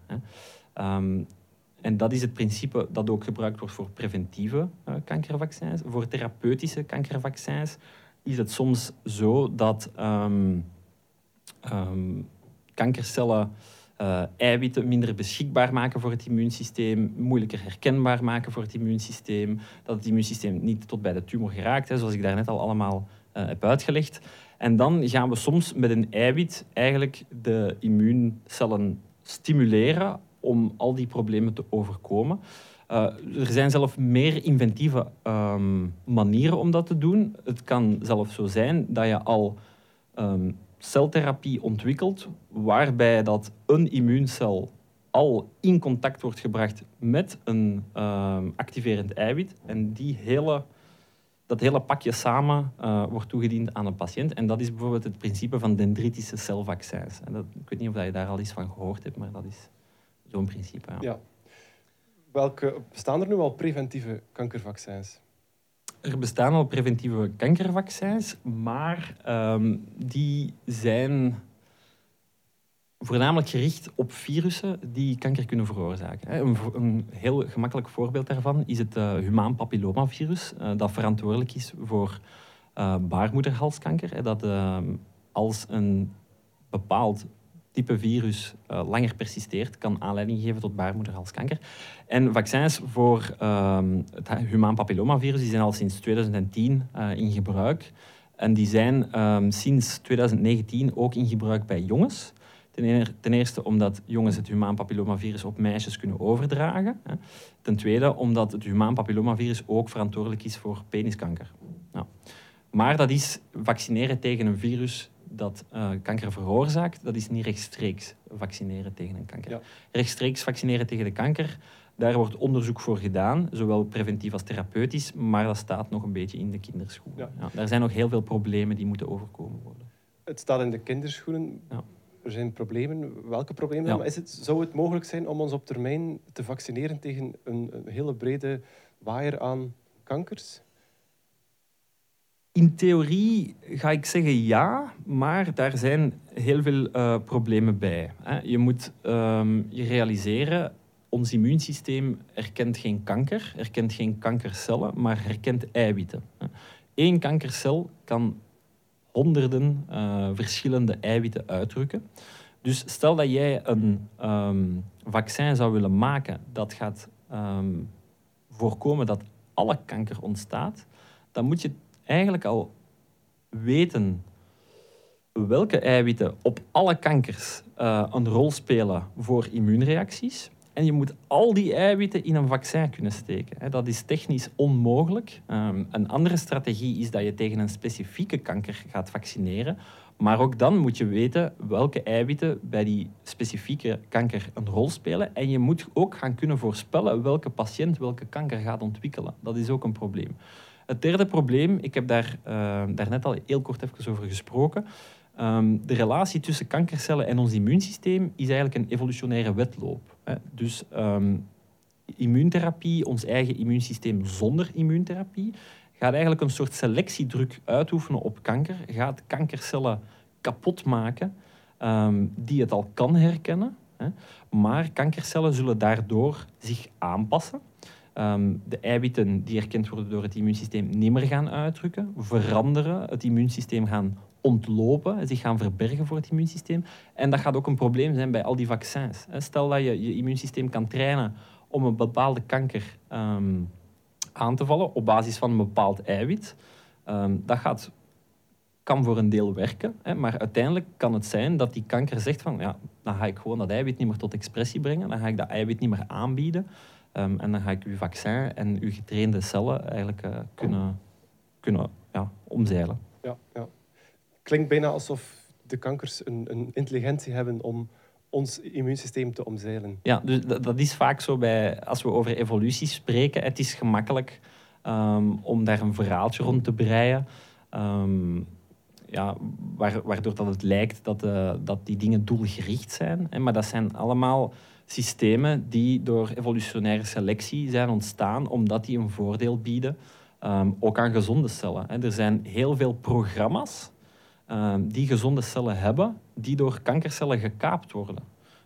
En dat is het principe dat ook gebruikt wordt voor preventieve kankervaccins. Voor therapeutische kankervaccins is het soms zo dat kankercellen eiwitten minder beschikbaar maken voor het immuunsysteem, moeilijker herkenbaar maken voor het immuunsysteem, dat het immuunsysteem niet tot bij de tumor geraakt, zoals ik daarnet al allemaal heb uitgelegd. En dan gaan we soms met een eiwit eigenlijk de immuuncellen stimuleren om al die problemen te overkomen. Er zijn zelfs meer inventieve manieren om dat te doen. Het kan zelfs zo zijn dat je al celtherapie ontwikkelt waarbij dat een immuuncel al in contact wordt gebracht met een activerend eiwit en dat hele pakje samen wordt toegediend aan een patiënt. En dat is bijvoorbeeld het principe van dendritische celvaccins. En ik weet niet of je daar al eens van gehoord hebt, maar dat is zo'n principe. Ja. Bestaan er nu al preventieve kankervaccins? Er bestaan al preventieve kankervaccins, maar die zijn voornamelijk gericht op virussen die kanker kunnen veroorzaken. Een heel gemakkelijk voorbeeld daarvan is het humaan papillomavirus, dat verantwoordelijk is voor baarmoederhalskanker. Dat als een bepaald type virus langer persisteert, kan aanleiding geven tot baarmoederhalskanker. En vaccins voor het humaan papillomavirus die zijn al sinds 2010 in gebruik. En die zijn sinds 2019 ook in gebruik bij jongens. Ten eerste omdat jongens het humaan papillomavirus op meisjes kunnen overdragen. Ten tweede omdat het humaan papillomavirus ook verantwoordelijk is voor peniskanker. Nou, maar dat is vaccineren tegen een virus dat kanker veroorzaakt, dat is niet rechtstreeks vaccineren tegen een kanker. Ja. Rechtstreeks vaccineren tegen de kanker, daar wordt onderzoek voor gedaan, zowel preventief als therapeutisch, maar dat staat nog een beetje in de kinderschoenen. Ja. Ja, daar zijn nog heel veel problemen die moeten overkomen worden. Het staat in de kinderschoenen. Ja. Er zijn problemen. Welke problemen? Ja. Maar zou het mogelijk zijn om ons op termijn te vaccineren tegen een hele brede waaier aan kankers? In theorie ga ik zeggen ja, maar daar zijn heel veel problemen bij. Je moet je realiseren, ons immuunsysteem herkent geen kanker, herkent geen kankercellen, maar herkent eiwitten. Eén kankercel kan honderden verschillende eiwitten uitdrukken. Dus stel dat jij een vaccin zou willen maken dat gaat voorkomen dat alle kanker ontstaat, dan moet je eigenlijk al weten welke eiwitten op alle kankers een rol spelen voor immuunreacties. En je moet al die eiwitten in een vaccin kunnen steken. Dat is technisch onmogelijk. Een andere strategie is dat je tegen een specifieke kanker gaat vaccineren. Maar ook dan moet je weten welke eiwitten bij die specifieke kanker een rol spelen. En je moet ook gaan kunnen voorspellen welke patiënt welke kanker gaat ontwikkelen. Dat is ook een probleem. Het derde probleem, ik heb daar net al heel kort even over gesproken. De relatie tussen kankercellen en ons immuunsysteem is eigenlijk een evolutionaire wedloop. Dus immuuntherapie, ons eigen immuunsysteem zonder immuuntherapie, gaat eigenlijk een soort selectiedruk uitoefenen op kanker, gaat kankercellen kapot maken die het al kan herkennen. Maar kankercellen zullen daardoor zich aanpassen. De eiwitten die herkend worden door het immuunsysteem niet meer gaan uitdrukken, veranderen, het immuunsysteem gaan ontlopen, zich gaan verbergen voor het immuunsysteem. En dat gaat ook een probleem zijn bij al die vaccins. Stel dat je je immuunsysteem kan trainen om een bepaalde kanker aan te vallen op basis van een bepaald eiwit. Dat kan voor een deel werken, maar uiteindelijk kan het zijn dat die kanker zegt van ja, dan ga ik gewoon dat eiwit niet meer tot expressie brengen, dan ga ik dat eiwit niet meer aanbieden. En dan ga ik uw vaccin en uw getrainde cellen eigenlijk kunnen omzeilen. Ja. Klinkt bijna alsof de kankers een intelligentie hebben om ons immuunsysteem te omzeilen. Ja, dus dat is vaak zo als we over evolutie spreken. Het is gemakkelijk om daar een verhaaltje rond te breien. Waardoor dat het lijkt dat die dingen doelgericht zijn. Maar dat zijn allemaal systemen die door evolutionaire selectie zijn ontstaan omdat die een voordeel bieden, ook aan gezonde cellen. Er zijn heel veel programma's die gezonde cellen hebben, die door kankercellen gekaapt worden.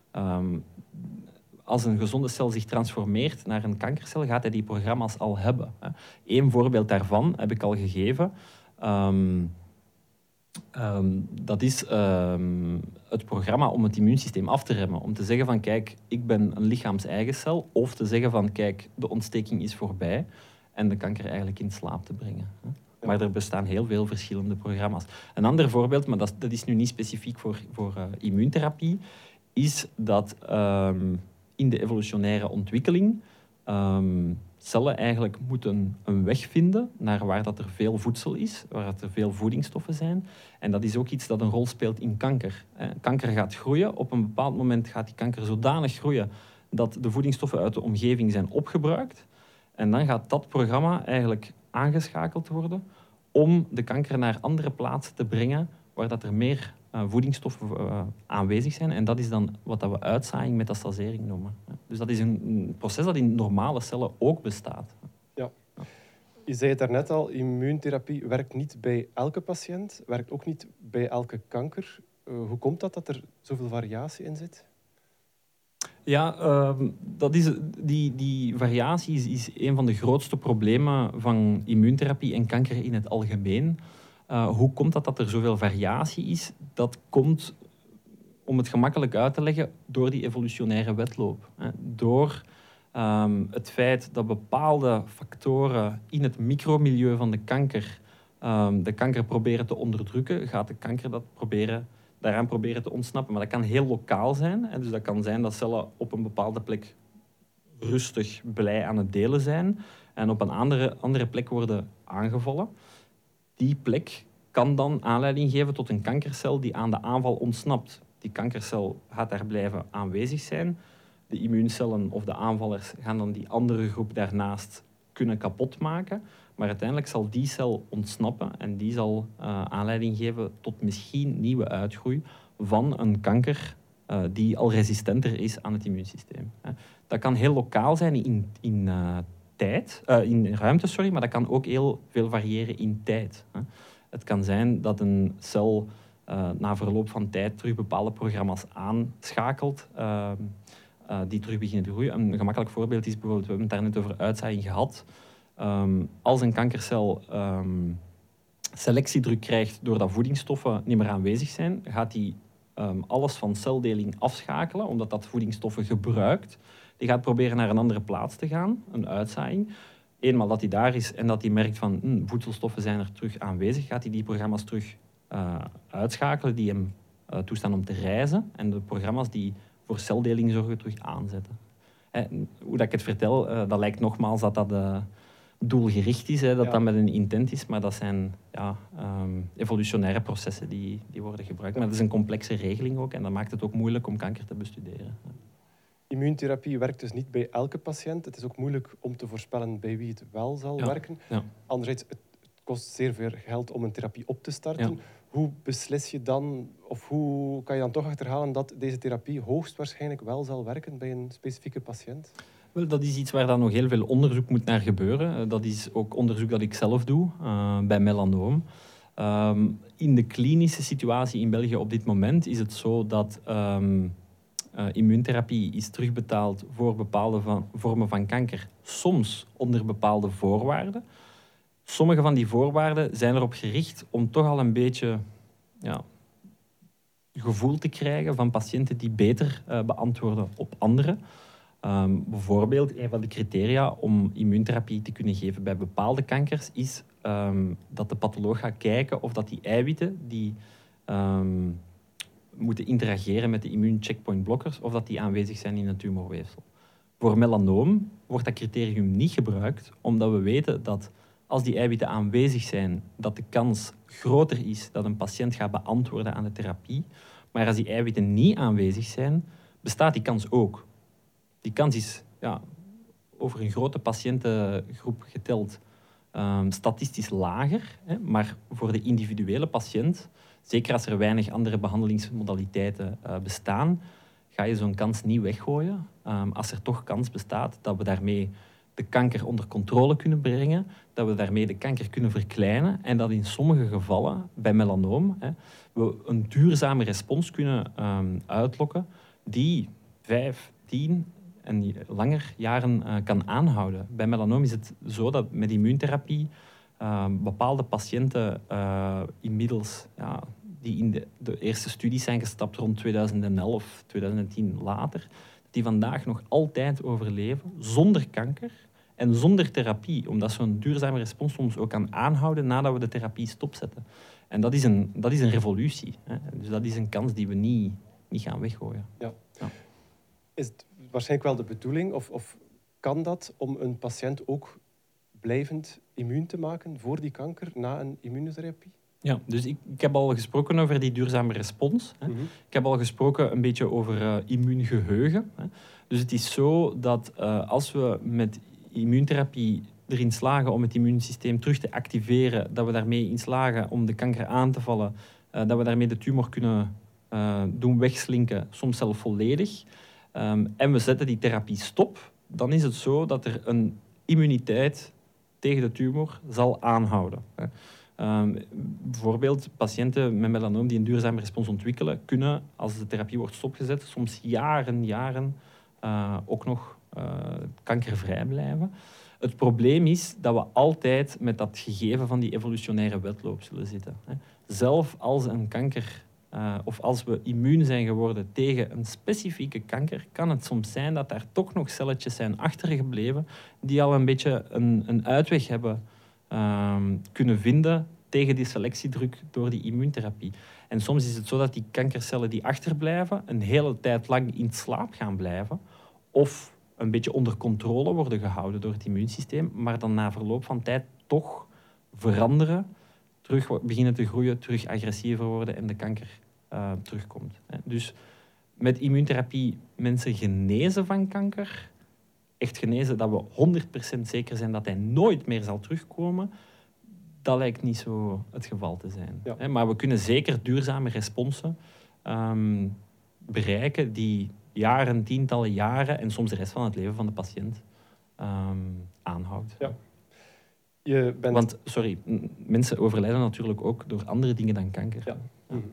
Als een gezonde cel zich transformeert naar een kankercel, gaat hij die programma's al hebben. Eén voorbeeld daarvan heb ik al gegeven. Dat is het programma om het immuunsysteem af te remmen. Om te zeggen van, kijk, ik ben een lichaams-eigen cel. Of te zeggen van, kijk, de ontsteking is voorbij. En de kanker eigenlijk in slaap te brengen. Ja. Maar er bestaan heel veel verschillende programma's. Een ander voorbeeld, maar dat is nu niet specifiek voor immuuntherapie, is dat in de evolutionaire ontwikkeling cellen eigenlijk moeten een weg vinden naar waar dat er veel voedsel is, waar dat er veel voedingsstoffen zijn. En dat is ook iets dat een rol speelt in kanker. Kanker gaat groeien. Op een bepaald moment gaat die kanker zodanig groeien dat de voedingsstoffen uit de omgeving zijn opgebruikt. En dan gaat dat programma eigenlijk aangeschakeld worden om de kanker naar andere plaatsen te brengen waar dat er meer voedingsstoffen aanwezig zijn. En dat is dan wat we uitzaaiing metastasering noemen. Dus dat is een proces dat in normale cellen ook bestaat. Ja. Je zei het daarnet al, immuuntherapie werkt niet bij elke patiënt, werkt ook niet bij elke kanker. Hoe komt dat er zoveel variatie in zit? Ja, dat is, die variatie is een van de grootste problemen van immuuntherapie en kanker in het algemeen. Hoe komt dat er zoveel variatie is? Dat komt, om het gemakkelijk uit te leggen, door die evolutionaire wedloop. Door het feit dat bepaalde factoren in het micromilieu van de kanker proberen te onderdrukken, gaat de kanker daaraan proberen te ontsnappen. Maar dat kan heel lokaal zijn. Dus dat kan zijn dat cellen op een bepaalde plek rustig, blij aan het delen zijn en op een andere plek worden aangevallen. Die plek kan dan aanleiding geven tot een kankercel die aan de aanval ontsnapt. Die kankercel gaat daar blijven aanwezig zijn. De immuuncellen of de aanvallers gaan dan die andere groep daarnaast kunnen kapotmaken. Maar uiteindelijk zal die cel ontsnappen en die zal aanleiding geven tot misschien nieuwe uitgroei van een kanker die al resistenter is aan het immuunsysteem. Dat kan heel lokaal zijn in ruimte, maar dat kan ook heel veel variëren in tijd. Het kan zijn dat een cel na verloop van tijd terug bepaalde programma's aanschakelt die terug beginnen te groeien. Een gemakkelijk voorbeeld is bijvoorbeeld, we hebben het daar net over uitzaaiing gehad. Als een kankercel selectiedruk krijgt doordat voedingsstoffen niet meer aanwezig zijn, gaat die alles van celdeling afschakelen, omdat dat voedingsstoffen gebruikt. Die gaat proberen naar een andere plaats te gaan, een uitzaaiing. Eenmaal dat hij daar is en dat hij merkt van voedselstoffen zijn er terug aanwezig, gaat hij die programma's terug uitschakelen die hem toestaan om te reizen en de programma's die voor celdeling zorgen terug aanzetten. Hoe dat ik het vertel, dat lijkt nogmaals dat doelgericht is, dat met een intent is, maar dat zijn evolutionaire processen die worden gebruikt. Maar dat is een complexe regeling ook en dat maakt het ook moeilijk om kanker te bestuderen. Immuuntherapie werkt dus niet bij elke patiënt. Het is ook moeilijk om te voorspellen bij wie het wel zal werken. Ja. Anderzijds, het kost zeer veel geld om een therapie op te starten. Ja. Hoe beslis je dan, of hoe kan je dan toch achterhalen dat deze therapie hoogstwaarschijnlijk wel zal werken bij een specifieke patiënt? Wel, dat is iets waar dan nog heel veel onderzoek moet naar gebeuren. Dat is ook onderzoek dat ik zelf doe bij melanoom. In de klinische situatie in België op dit moment is het zo dat immuuntherapie is terugbetaald voor bepaalde vormen van kanker, soms onder bepaalde voorwaarden. Sommige van die voorwaarden zijn erop gericht om toch al een beetje gevoel te krijgen van patiënten die beter beantwoorden op andere. Bijvoorbeeld, een van de criteria om immuuntherapie te kunnen geven bij bepaalde kankers is dat de patholoog gaat kijken of dat die eiwitten die moeten interageren met de immuuncheckpointblokkers of dat die aanwezig zijn in het tumorweefsel. Voor melanoom wordt dat criterium niet gebruikt, omdat we weten dat als die eiwitten aanwezig zijn, dat de kans groter is dat een patiënt gaat beantwoorden aan de therapie. Maar als die eiwitten niet aanwezig zijn, bestaat die kans ook. Die kans is over een grote patiëntengroep geteld statistisch lager. Maar voor de individuele patiënt, zeker als er weinig andere behandelingsmodaliteiten bestaan, ga je zo'n kans niet weggooien. Als er toch kans bestaat dat we daarmee de kanker onder controle kunnen brengen, dat we daarmee de kanker kunnen verkleinen en dat in sommige gevallen, bij melanoom, we een duurzame respons kunnen uitlokken die 5, 10 en langer jaren kan aanhouden. Bij melanoom is het zo dat met immuuntherapie bepaalde patiënten inmiddels, die in de eerste studies zijn gestapt rond 2011, 2010 later, die vandaag nog altijd overleven zonder kanker en zonder therapie, omdat zo'n duurzame respons soms ook kan aanhouden nadat we de therapie stopzetten. En dat is een revolutie. Hè. Dus dat is een kans die we niet gaan weggooien. Ja. Is het waarschijnlijk wel de bedoeling, of kan dat om een patiënt ook blijvend immuun te maken voor die kanker na een immunotherapie? Ja, dus ik heb al gesproken over die duurzame respons. Hè. Mm-hmm. Ik heb al gesproken een beetje over immuungeheugen. Hè. Dus het is zo dat als we met immuuntherapie erin slagen om het immuunsysteem terug te activeren, dat we daarmee in slagen om de kanker aan te vallen, dat we daarmee de tumor kunnen doen wegslinken, soms zelfs volledig, en we zetten die therapie stop, dan is het zo dat er een immuniteit tegen de tumor zal aanhouden. Bijvoorbeeld patiënten met melanoom die een duurzame respons ontwikkelen, kunnen, als de therapie wordt stopgezet, soms jaren ook nog kankervrij blijven. Het probleem is dat we altijd met dat gegeven van die evolutionaire wedloop zullen zitten. Zelf als een kanker of als we immuun zijn geworden tegen een specifieke kanker, kan het soms zijn dat daar toch nog celletjes zijn achtergebleven die al een beetje een uitweg hebben kunnen vinden tegen die selectiedruk door die immuuntherapie. En soms is het zo dat die kankercellen die achterblijven een hele tijd lang in slaap gaan blijven of een beetje onder controle worden gehouden door het immuunsysteem, maar dan na verloop van tijd toch veranderen, terug beginnen te groeien, terug agressiever worden en de kanker terugkomt. Dus met immuuntherapie mensen genezen van kanker, echt genezen, dat we 100% zeker zijn dat hij nooit meer zal terugkomen, dat lijkt niet zo het geval te zijn. Ja. Maar we kunnen zeker duurzame responsen bereiken die jaren, tientallen jaren en soms de rest van het leven van de patiënt aanhoudt. Ja. Want, mensen overlijden natuurlijk ook door andere dingen dan kanker. Ja. Mm-hmm.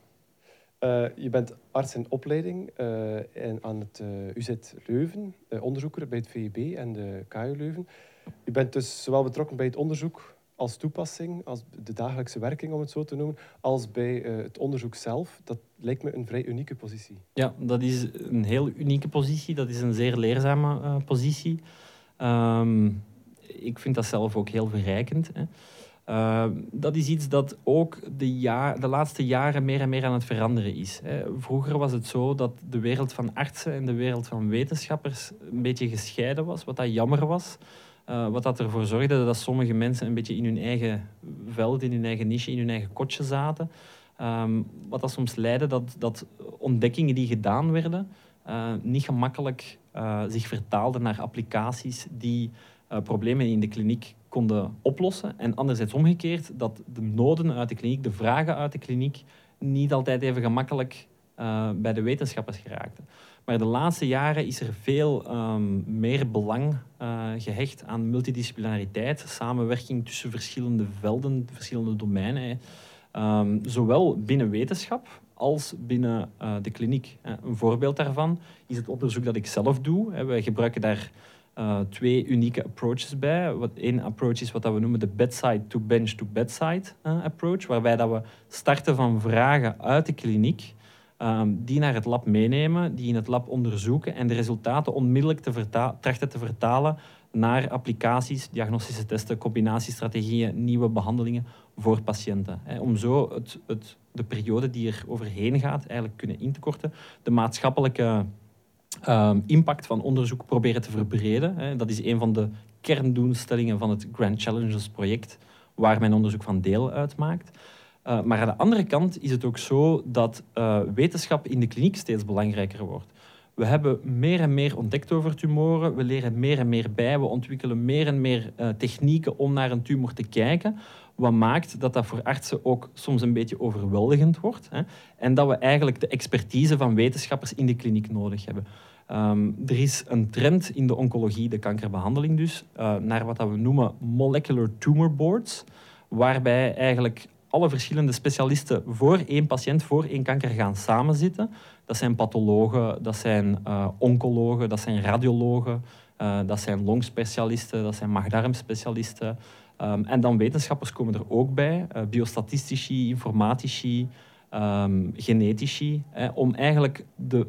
Je bent arts in opleiding aan het UZ Leuven, onderzoeker bij het VUB en de KU Leuven. U bent dus zowel betrokken bij het onderzoek als toepassing, als de dagelijkse werking, om het zo te noemen, als bij het onderzoek zelf. Dat lijkt me een vrij unieke positie. Ja, dat is een heel unieke positie. Dat is een zeer leerzame positie. Ik vind dat zelf ook heel verrijkend. Hè. Dat is iets dat ook de laatste jaren meer en meer aan het veranderen is. Vroeger was het zo dat de wereld van artsen en de wereld van wetenschappers een beetje gescheiden was, wat dat jammer was. Wat dat ervoor zorgde dat sommige mensen een beetje in hun eigen veld, in hun eigen niche, in hun eigen kotje zaten. Wat dat soms leidde dat ontdekkingen die gedaan werden niet gemakkelijk zich vertaalden naar applicaties die problemen in de kliniek konden oplossen. En anderzijds omgekeerd, dat de noden uit de kliniek, de vragen uit de kliniek, niet altijd even gemakkelijk bij de wetenschappers geraakten. Maar de laatste jaren is er veel meer belang gehecht aan multidisciplinariteit, samenwerking tussen verschillende velden, verschillende domeinen, zowel binnen wetenschap als binnen de kliniek. Een voorbeeld daarvan is het onderzoek dat ik zelf doe. Wij gebruiken daar twee unieke approaches bij. Eén approach is wat we noemen de bedside-to-bench-to-bedside approach, waarbij dat we starten van vragen uit de kliniek, die naar het lab meenemen, die in het lab onderzoeken en de resultaten onmiddellijk trachten te vertalen naar applicaties, diagnostische testen, combinatiestrategieën, nieuwe behandelingen voor patiënten. Om zo de periode die er overheen gaat eigenlijk kunnen in te korten, de maatschappelijke impact van onderzoek proberen te verbreden. Dat is een van de kerndoelstellingen van het Grand Challenges project, waar mijn onderzoek van deel uitmaakt. Maar aan de andere kant is het ook zo dat wetenschap in de kliniek steeds belangrijker wordt. We hebben meer en meer ontdekt over tumoren, we leren meer en meer bij, we ontwikkelen meer en meer technieken om naar een tumor te kijken, wat maakt dat voor artsen ook soms een beetje overweldigend wordt. En dat we eigenlijk de expertise van wetenschappers in de kliniek nodig hebben. Er is een trend in de oncologie, de kankerbehandeling dus, naar wat we noemen molecular tumor boards, waarbij eigenlijk alle verschillende specialisten voor één patiënt, voor één kanker gaan samenzitten. Dat zijn pathologen, dat zijn oncologen, dat zijn radiologen, dat zijn longspecialisten, dat zijn maag-darmspecialisten, En dan wetenschappers komen er ook bij, biostatistici, informatici, genetici, om eigenlijk de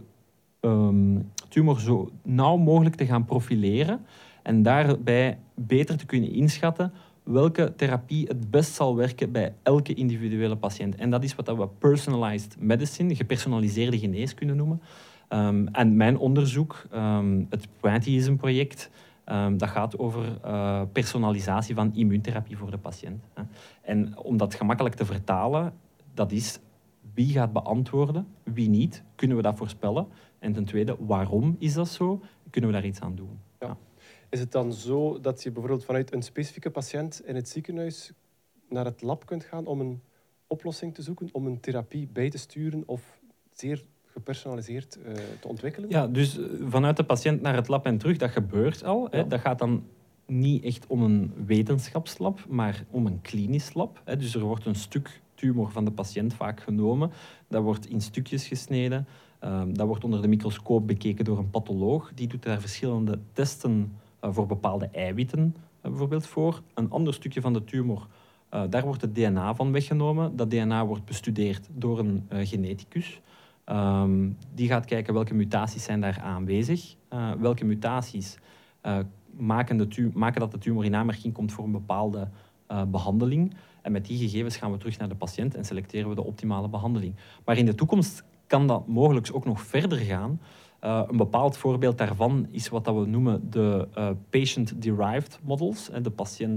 tumor zo nauw mogelijk te gaan profileren en daarbij beter te kunnen inschatten welke therapie het best zal werken bij elke individuele patiënt. En dat is wat we personalized medicine, gepersonaliseerde geneeskunde noemen. En mijn onderzoek, het Pointillism-project, dat gaat over personalisatie van immuuntherapie voor de patiënt. En om dat gemakkelijk te vertalen, dat is wie gaat beantwoorden, wie niet, kunnen we dat voorspellen? En ten tweede, waarom is dat zo? Kunnen we daar iets aan doen? Ja. Is het dan zo dat je bijvoorbeeld vanuit een specifieke patiënt in het ziekenhuis naar het lab kunt gaan om een oplossing te zoeken, om een therapie bij te sturen of zeer gepersonaliseerd te ontwikkelen? Ja, dus vanuit de patiënt naar het lab en terug, dat gebeurt al. Ja. Hè. Dat gaat dan niet echt om een wetenschapslab, maar om een klinisch lab. Hè. Dus er wordt een stuk tumor van de patiënt vaak genomen. Dat wordt in stukjes gesneden. Dat wordt onder de microscoop bekeken door een patholoog. Die doet daar verschillende testen voor bepaalde eiwitten bijvoorbeeld voor. Een ander stukje van de tumor, daar wordt het DNA van weggenomen. Dat DNA wordt bestudeerd door een geneticus. Die gaat kijken welke mutaties zijn daar aanwezig. Welke mutaties maken dat de tumor in aanmerking komt voor een bepaalde behandeling. En met die gegevens gaan we terug naar de patiënt en selecteren we de optimale behandeling. Maar in de toekomst kan dat mogelijk ook nog verder gaan. Een bepaald voorbeeld daarvan is wat we noemen de patient-derived models. De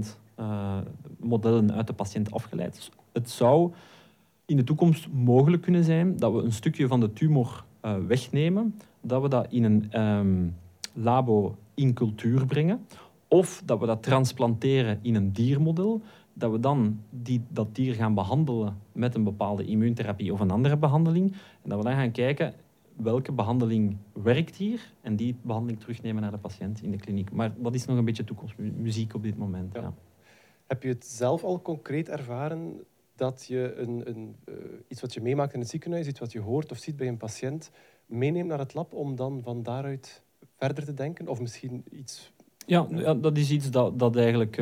modellen uit de patiënt afgeleid. Dus het zou in de toekomst mogelijk kunnen zijn dat we een stukje van de tumor wegnemen, dat we dat in een labo in cultuur brengen, of dat we dat transplanteren in een diermodel, dat we dan dat dier gaan behandelen met een bepaalde immuuntherapie of een andere behandeling, en dat we dan gaan kijken welke behandeling werkt hier en die behandeling terugnemen naar de patiënt in de kliniek. Maar dat is nog een beetje toekomstmuziek op dit moment. Ja. Ja. Heb je het zelf al concreet ervaren dat je iets wat je meemaakt in het ziekenhuis, iets wat je hoort of ziet bij een patiënt, meeneemt naar het lab om dan van daaruit verder te denken? Of misschien iets... Ja, dat is iets dat eigenlijk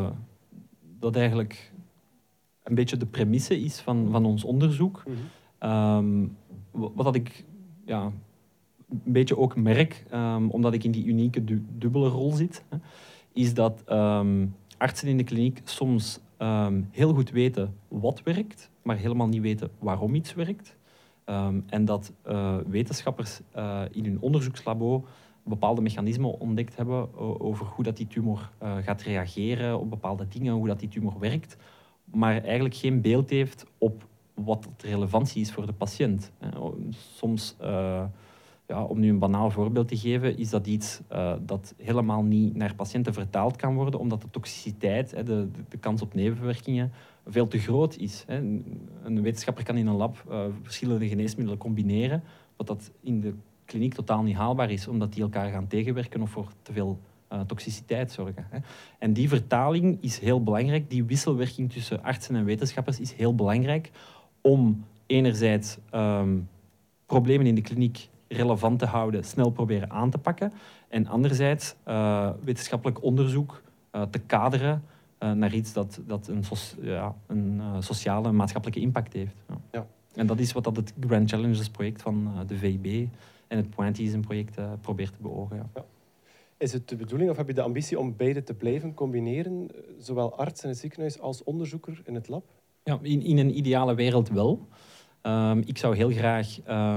een beetje de premisse is van ons onderzoek. Mm-hmm. Wat ik een beetje ook merk, omdat ik in die unieke dubbele rol zit, is dat artsen in de kliniek soms heel goed weten wat werkt, maar helemaal niet weten waarom iets werkt. En dat wetenschappers in hun onderzoekslabo bepaalde mechanismen ontdekt hebben over hoe dat die tumor gaat reageren op bepaalde dingen, hoe dat die tumor werkt, maar eigenlijk geen beeld heeft op wat de relevantie is voor de patiënt. Soms, om nu een banaal voorbeeld te geven, is dat iets dat helemaal niet naar patiënten vertaald kan worden, omdat de toxiciteit, de kans op nevenwerkingen, veel te groot is. Een wetenschapper kan in een lab verschillende geneesmiddelen combineren, wat dat in de kliniek totaal niet haalbaar is, omdat die elkaar gaan tegenwerken of voor te veel toxiciteit zorgen. En die vertaling is heel belangrijk. Die wisselwerking tussen artsen en wetenschappers is heel belangrijk om enerzijds problemen in de kliniek relevant te houden, snel proberen aan te pakken, en anderzijds wetenschappelijk onderzoek te kaderen naar iets dat een sociale en maatschappelijke impact heeft. Ja. Ja. En dat is wat het Grand Challenges project van de VIB en het Pointillism-project probeert te beogen. Ja. Ja. Is het de bedoeling of heb je de ambitie om beide te blijven combineren, zowel arts in het ziekenhuis als onderzoeker in het lab? Ja, in een ideale wereld wel. Ik zou heel graag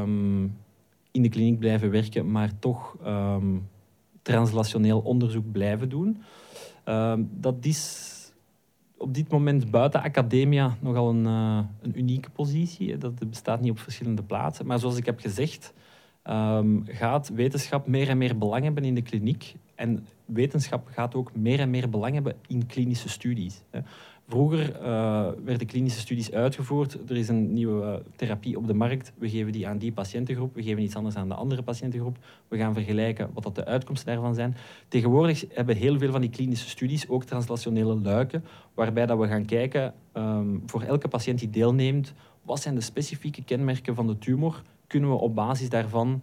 in de kliniek blijven werken, maar toch translationeel onderzoek blijven doen. Dat is op dit moment buiten academia nogal een unieke positie. Dat bestaat niet op verschillende plaatsen. Maar zoals ik heb gezegd, gaat wetenschap meer en meer belang hebben in de kliniek. En wetenschap gaat ook meer en meer belang hebben in klinische studies. Vroeger werden klinische studies uitgevoerd. Er is een nieuwe therapie op de markt. We geven die aan die patiëntengroep. We geven iets anders aan de andere patiëntengroep. We gaan vergelijken wat dat de uitkomsten daarvan zijn. Tegenwoordig hebben heel veel van die klinische studies ook translationele luiken, waarbij dat we gaan kijken voor elke patiënt die deelneemt, wat zijn de specifieke kenmerken van de tumor? Kunnen we op basis daarvan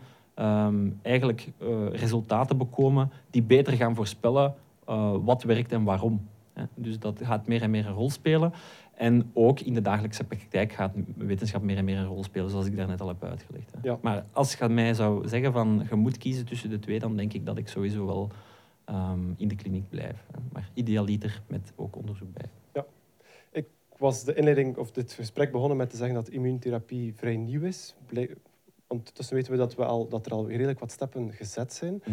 resultaten bekomen die beter gaan voorspellen wat werkt en waarom. Dus dat gaat meer en meer een rol spelen. En ook in de dagelijkse praktijk gaat wetenschap meer en meer een rol spelen, zoals ik daarnet al heb uitgelegd. Ja. Maar als je mij zou zeggen van je moet kiezen tussen de twee, dan denk ik dat ik sowieso wel in de kliniek blijf. Maar idealiter met ook onderzoek bij. Ja. Ik was de inleiding of dit gesprek begonnen met te zeggen dat immuuntherapie vrij nieuw is. Ondertussen weten we dat er al redelijk wat stappen gezet zijn.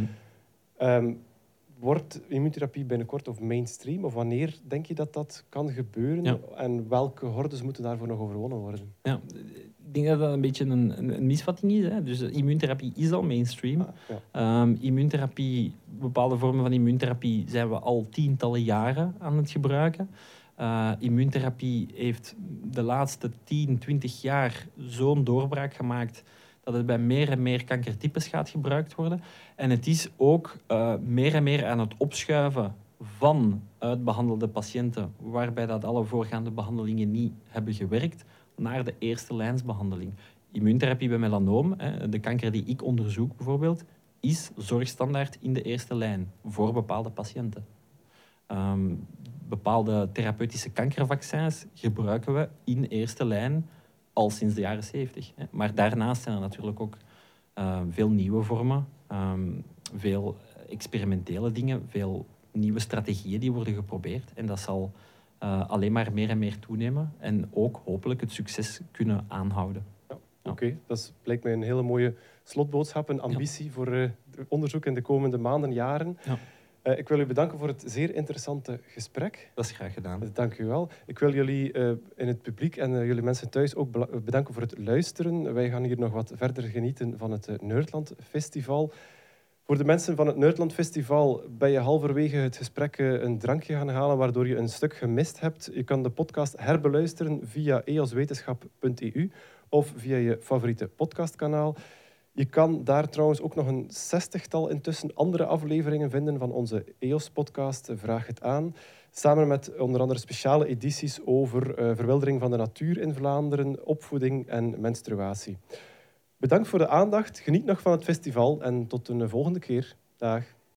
Wordt immuuntherapie binnenkort of mainstream? Of wanneer denk je dat dat kan gebeuren? Ja. En welke hordes moeten daarvoor nog overwonnen worden? Ja, ik denk dat dat een beetje een misvatting is. Hè. Dus immuuntherapie is al mainstream. Immuuntherapie, bepaalde vormen van immuuntherapie zijn we al tientallen jaren aan het gebruiken. Immuuntherapie heeft de laatste 10, 20 jaar zo'n doorbraak gemaakt dat het bij meer en meer kankertypes gaat gebruikt worden. En het is ook meer en meer aan het opschuiven van uitbehandelde patiënten, waarbij dat alle voorgaande behandelingen niet hebben gewerkt, naar de eerste lijnsbehandeling. Immuuntherapie bij melanoom, de kanker die ik onderzoek bijvoorbeeld, is zorgstandaard in de eerste lijn voor bepaalde patiënten. Bepaalde therapeutische kankervaccins gebruiken we in eerste lijn al sinds de jaren 70. Maar daarnaast zijn er natuurlijk ook veel nieuwe vormen, veel experimentele dingen, veel nieuwe strategieën die worden geprobeerd. En dat zal alleen maar meer en meer toenemen en ook hopelijk het succes kunnen aanhouden. Ja, Oké, dat lijkt mij een hele mooie slotboodschap, een ambitie voor onderzoek in de komende maanden, jaren. Ja. Ik wil u bedanken voor het zeer interessante gesprek. Dat is graag gedaan. Dank u wel. Ik wil jullie in het publiek en jullie mensen thuis ook bedanken voor het luisteren. Wij gaan hier nog wat verder genieten van het Nerdland Festival. Voor de mensen van het Nerdland Festival ben je halverwege het gesprek een drankje gaan halen, waardoor je een stuk gemist hebt. Je kan de podcast herbeluisteren via eoswetenschap.eu of via je favoriete podcastkanaal. Je kan daar trouwens ook nog een 60-tal intussen andere afleveringen vinden van onze EOS-podcast Vraag het aan. Samen met onder andere speciale edities over verwildering van de natuur in Vlaanderen, opvoeding en menstruatie. Bedankt voor de aandacht. Geniet nog van het festival en tot een volgende keer. Dag.